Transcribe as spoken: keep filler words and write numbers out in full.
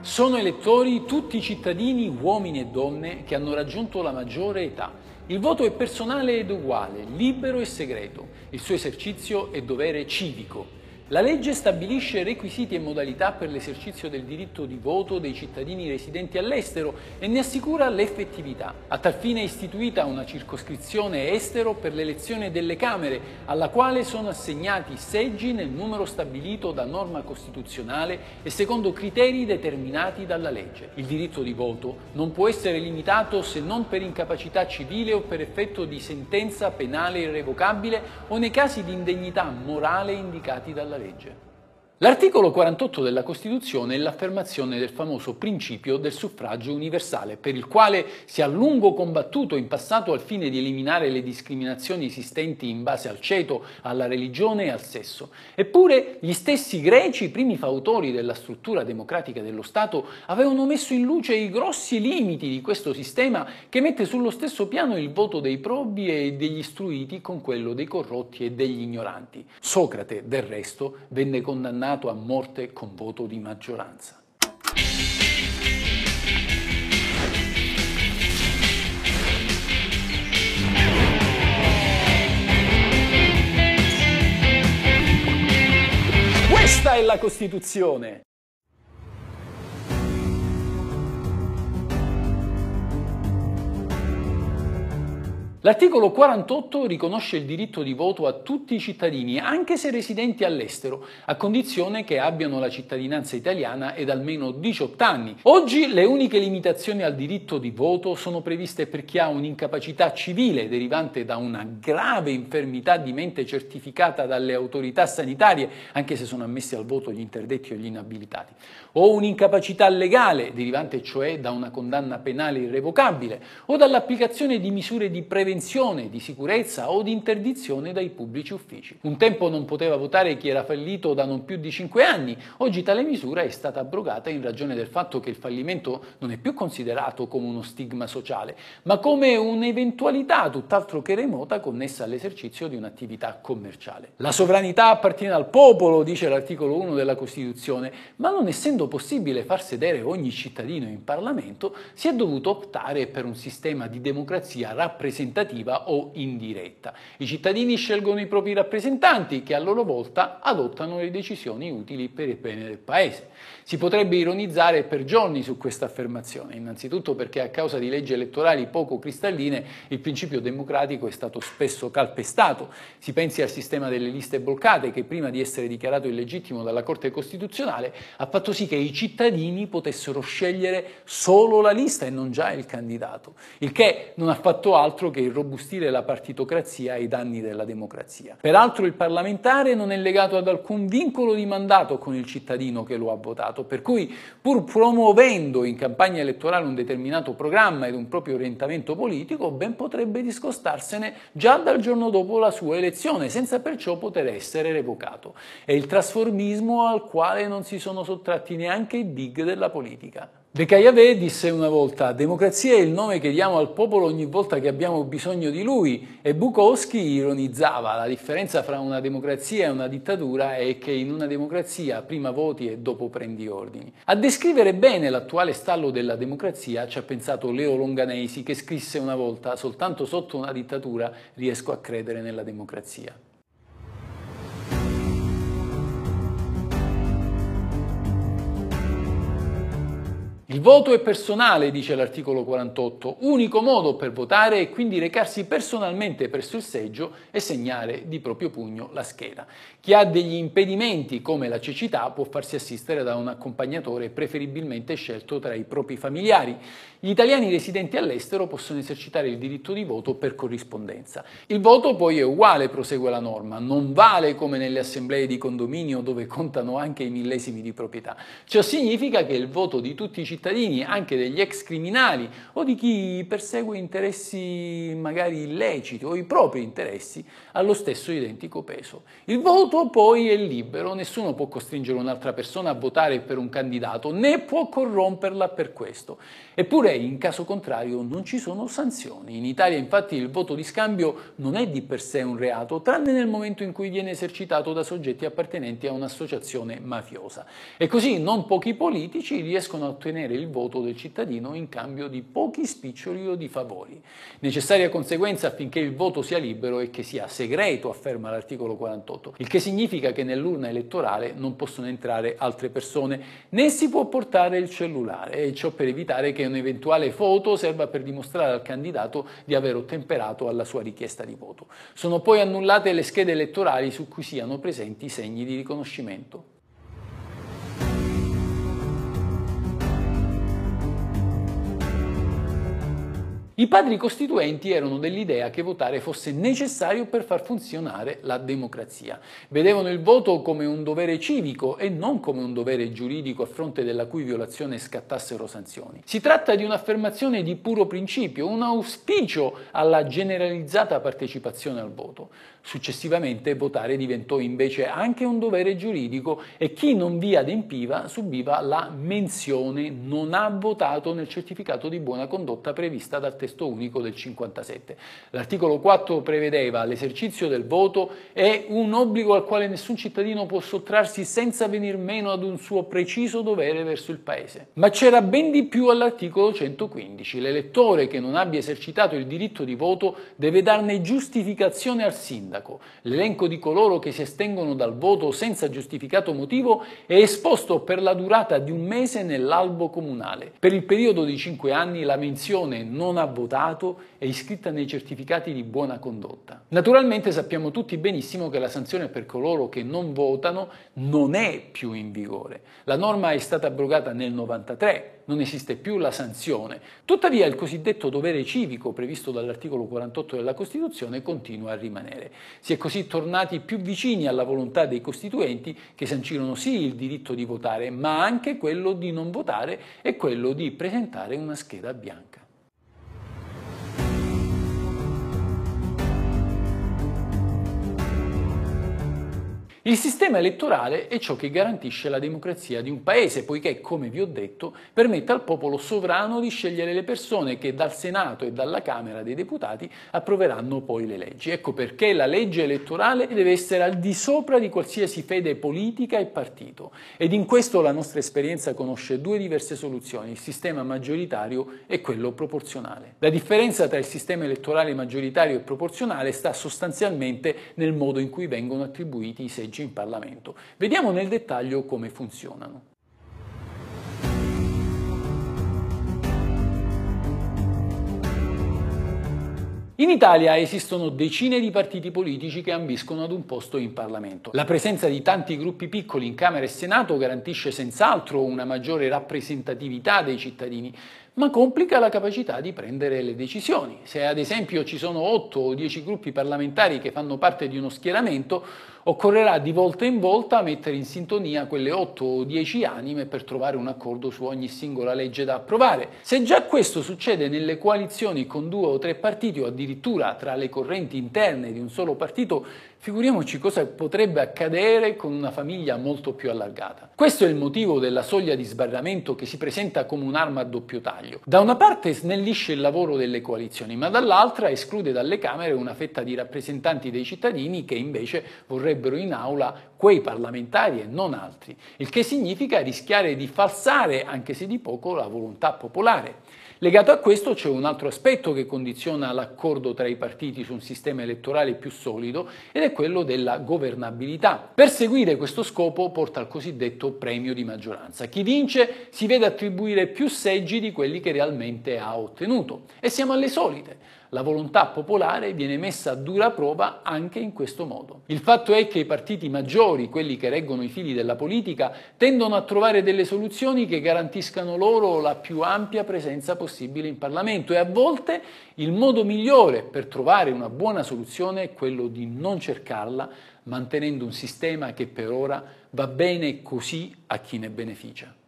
Sono elettori tutti i cittadini, uomini e donne, che hanno raggiunto la maggiore età. Il voto è personale ed uguale, libero e segreto. Il suo esercizio è dovere civico. La legge stabilisce requisiti e modalità per l'esercizio del diritto di voto dei cittadini residenti all'estero e ne assicura l'effettività. A tal fine è istituita una circoscrizione estero per l'elezione delle Camere, alla quale sono assegnati seggi nel numero stabilito da norma costituzionale e secondo criteri determinati dalla legge. Il diritto di voto non può essere limitato se non per incapacità civile o per effetto di sentenza penale irrevocabile o nei casi di indegnità morale indicati dalla legge. Legge. L'articolo quarantotto della Costituzione è l'affermazione del famoso principio del suffragio universale, per il quale si è a lungo combattuto in passato al fine di eliminare le discriminazioni esistenti in base al ceto, alla religione e al sesso. Eppure gli stessi greci, primi fautori della struttura democratica dello Stato, avevano messo in luce i grossi limiti di questo sistema che mette sullo stesso piano il voto dei probi e degli istruiti con quello dei corrotti e degli ignoranti. Socrate, del resto, venne condannato a morte con voto di maggioranza. Questa è la Costituzione! L'articolo quarantotto riconosce il diritto di voto a tutti i cittadini, anche se residenti all'estero, a condizione che abbiano la cittadinanza italiana ed almeno diciotto anni. Oggi le uniche limitazioni al diritto di voto sono previste per chi ha un'incapacità civile derivante da una grave infermità di mente certificata dalle autorità sanitarie, anche se sono ammessi al voto gli interdetti o gli inabilitati, o un'incapacità legale derivante cioè da una condanna penale irrevocabile o dall'applicazione di misure di prevenzione di sicurezza o di interdizione dai pubblici uffici. Un tempo non poteva votare chi era fallito da non più di cinque anni, oggi tale misura è stata abrogata in ragione del fatto che il fallimento non è più considerato come uno stigma sociale, ma come un'eventualità tutt'altro che remota connessa all'esercizio di un'attività commerciale. La sovranità appartiene al popolo, dice l'articolo uno della Costituzione, ma non essendo possibile far sedere ogni cittadino in Parlamento, si è dovuto optare per un sistema di democrazia rappresentativa o indiretta. I cittadini scelgono i propri rappresentanti che a loro volta adottano le decisioni utili per il bene del Paese. Si potrebbe ironizzare per giorni su questa affermazione, innanzitutto perché a causa di leggi elettorali poco cristalline il principio democratico è stato spesso calpestato. Si pensi al sistema delle liste bloccate che prima di essere dichiarato illegittimo dalla Corte Costituzionale ha fatto sì che i cittadini potessero scegliere solo la lista e non già il candidato, il che non ha fatto altro che irrobustire la partitocrazia ai danni della democrazia. Peraltro il parlamentare non è legato ad alcun vincolo di mandato con il cittadino che lo ha votato, per cui pur promuovendo in campagna elettorale un determinato programma ed un proprio orientamento politico, ben potrebbe discostarsene già dal giorno dopo la sua elezione, senza perciò poter essere revocato. È il trasformismo al quale non si sono sottratti neanche i big della politica. De Caiavé disse una volta: democrazia è il nome che diamo al popolo ogni volta che abbiamo bisogno di lui, e Bukowski ironizzava: la differenza fra una democrazia e una dittatura è che in una democrazia prima voti e dopo prendi ordini. A descrivere bene l'attuale stallo della democrazia ci ha pensato Leo Longanesi, che scrisse una volta: soltanto sotto una dittatura riesco a credere nella democrazia. Il voto è personale, dice l'articolo quarantotto, unico modo per votare è quindi recarsi personalmente presso il seggio e segnare di proprio pugno la scheda. Chi ha degli impedimenti come la cecità può farsi assistere da un accompagnatore preferibilmente scelto tra i propri familiari. Gli italiani residenti all'estero possono esercitare il diritto di voto per corrispondenza. Il voto poi è uguale, prosegue la norma, non vale come nelle assemblee di condominio dove contano anche i millesimi di proprietà. Ciò significa che il voto di tutti i cittadini cittadini, anche degli ex criminali o di chi persegue interessi magari illeciti o i propri interessi, ha lo stesso identico peso. Il voto poi è libero, nessuno può costringere un'altra persona a votare per un candidato, né può corromperla per questo. Eppure, in caso contrario, non ci sono sanzioni. In Italia, infatti, il voto di scambio non è di per sé un reato, tranne nel momento in cui viene esercitato da soggetti appartenenti a un'associazione mafiosa. E così non pochi politici riescono a ottenere il voto del cittadino in cambio di pochi spiccioli o di favori. Necessaria conseguenza affinché il voto sia libero è che sia segreto, afferma l'articolo quarantotto, il che significa che nell'urna elettorale non possono entrare altre persone, né si può portare il cellulare, e ciò per evitare che un'eventuale foto serva per dimostrare al candidato di aver ottemperato alla sua richiesta di voto. Sono poi annullate le schede elettorali su cui siano presenti segni di riconoscimento. I padri costituenti erano dell'idea che votare fosse necessario per far funzionare la democrazia. Vedevano il voto come un dovere civico e non come un dovere giuridico a fronte della cui violazione scattassero sanzioni. Si tratta di un'affermazione di puro principio, un auspicio alla generalizzata partecipazione al voto. Successivamente votare diventò invece anche un dovere giuridico e chi non vi adempiva subiva la menzione "non ha votato" nel certificato di buona condotta prevista dal testo unico del cinquantasette. L'articolo quattro prevedeva l'esercizio del voto è un obbligo al quale nessun cittadino può sottrarsi senza venir meno ad un suo preciso dovere verso il Paese. Ma c'era ben di più all'articolo centoquindici. L'elettore che non abbia esercitato il diritto di voto deve darne giustificazione al sindaco. L'elenco di coloro che si estengono dal voto senza giustificato motivo è esposto per la durata di un mese nell'albo comunale. Per il periodo di cinque anni la menzione "non ha votato" è iscritta nei certificati di buona condotta. Naturalmente sappiamo tutti benissimo che la sanzione per coloro che non votano non è più in vigore. La norma è stata abrogata nel novantatré. Non esiste più la sanzione. Tuttavia il cosiddetto dovere civico previsto dall'articolo quarantotto della Costituzione continua a rimanere. Si è così tornati più vicini alla volontà dei costituenti che sancirono sì il diritto di votare, ma anche quello di non votare e quello di presentare una scheda bianca. Il sistema elettorale è ciò che garantisce la democrazia di un paese, poiché, come vi ho detto, permette al popolo sovrano di scegliere le persone che dal Senato e dalla Camera dei Deputati approveranno poi le leggi. Ecco perché la legge elettorale deve essere al di sopra di qualsiasi fede politica e partito. Ed in questo la nostra esperienza conosce due diverse soluzioni, il sistema maggioritario e quello proporzionale. La differenza tra il sistema elettorale maggioritario e proporzionale sta sostanzialmente nel modo in cui vengono attribuiti i seggi in Parlamento. Vediamo nel dettaglio come funzionano. In Italia esistono decine di partiti politici che ambiscono ad un posto in Parlamento. La presenza di tanti gruppi piccoli in Camera e Senato garantisce senz'altro una maggiore rappresentatività dei cittadini, ma complica la capacità di prendere le decisioni. Se ad esempio ci sono otto o dieci gruppi parlamentari che fanno parte di uno schieramento, occorrerà di volta in volta mettere in sintonia quelle otto o dieci anime per trovare un accordo su ogni singola legge da approvare. Se già questo succede nelle coalizioni con due o tre partiti o addirittura tra le correnti interne di un solo partito, figuriamoci cosa potrebbe accadere con una famiglia molto più allargata. Questo è il motivo della soglia di sbarramento che si presenta come un'arma a doppio taglio. Da una parte snellisce il lavoro delle coalizioni, ma dall'altra esclude dalle Camere una fetta di rappresentanti dei cittadini che invece vorrebbero in aula quei parlamentari e non altri, il che significa rischiare di falsare, anche se di poco, la volontà popolare. Legato a questo c'è un altro aspetto che condiziona l'accordo tra i partiti su un sistema elettorale più solido ed è quello della governabilità. Perseguire questo scopo porta al cosiddetto premio di maggioranza. Chi vince si vede attribuire più seggi di quelli che realmente ha ottenuto. E siamo alle solite. La volontà popolare viene messa a dura prova anche in questo modo. Il fatto è che i partiti maggiori, quelli che reggono i fili della politica, tendono a trovare delle soluzioni che garantiscano loro la più ampia presenza possibile in Parlamento e a volte il modo migliore per trovare una buona soluzione è quello di non cercarla, mantenendo un sistema che per ora va bene così a chi ne beneficia.